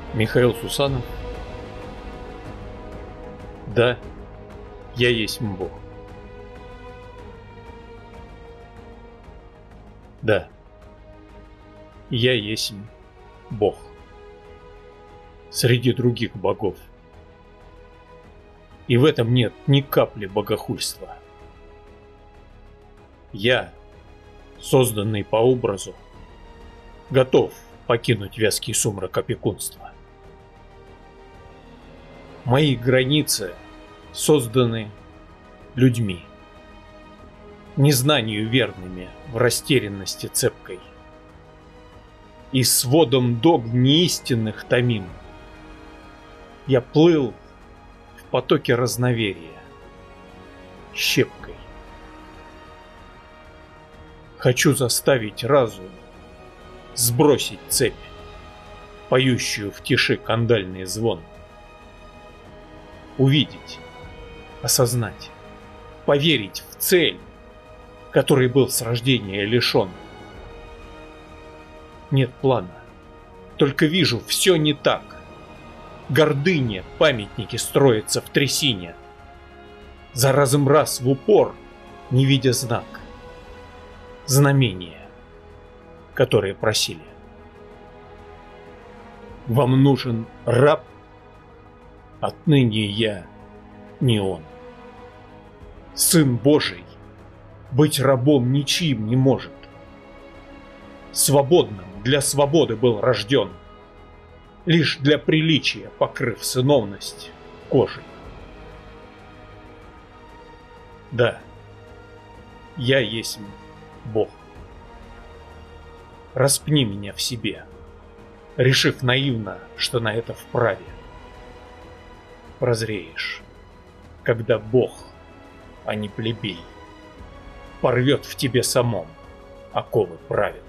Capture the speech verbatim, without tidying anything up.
Михаил Сусанов. Да, я есть Бог. Да, я есть Бог среди других богов. И в этом нет ни капли богохульства. Я, созданный по образу, готов покинуть вязкий сумрак опекунства. Мои границы созданы людьми, незнанию верными в растерянности цепкой, и сводом догм неистинных томим. Я плыл в потоке разноверия, щепкой. Хочу заставить разум сбросить цепь, поющую в тиши кандальный звон. Увидеть, осознать, поверить в цель, которой был с рождения лишен. Нет плана, только вижу, все не так. Гордыне памятники строятся в трясине. За разом раз в упор, не видя знак, знамения, которые просили. Вам нужен раб? Отныне я не он. Сын Божий быть рабом ничьим не может. Свободным для свободы был рожден, лишь для приличия покрыв сыновность кожей. Да, я есть Бог. Распни меня в себе, решив наивно, что на это вправе. Прозреешь, когда Бог, а не плебей, порвет в тебе самом оковы правед.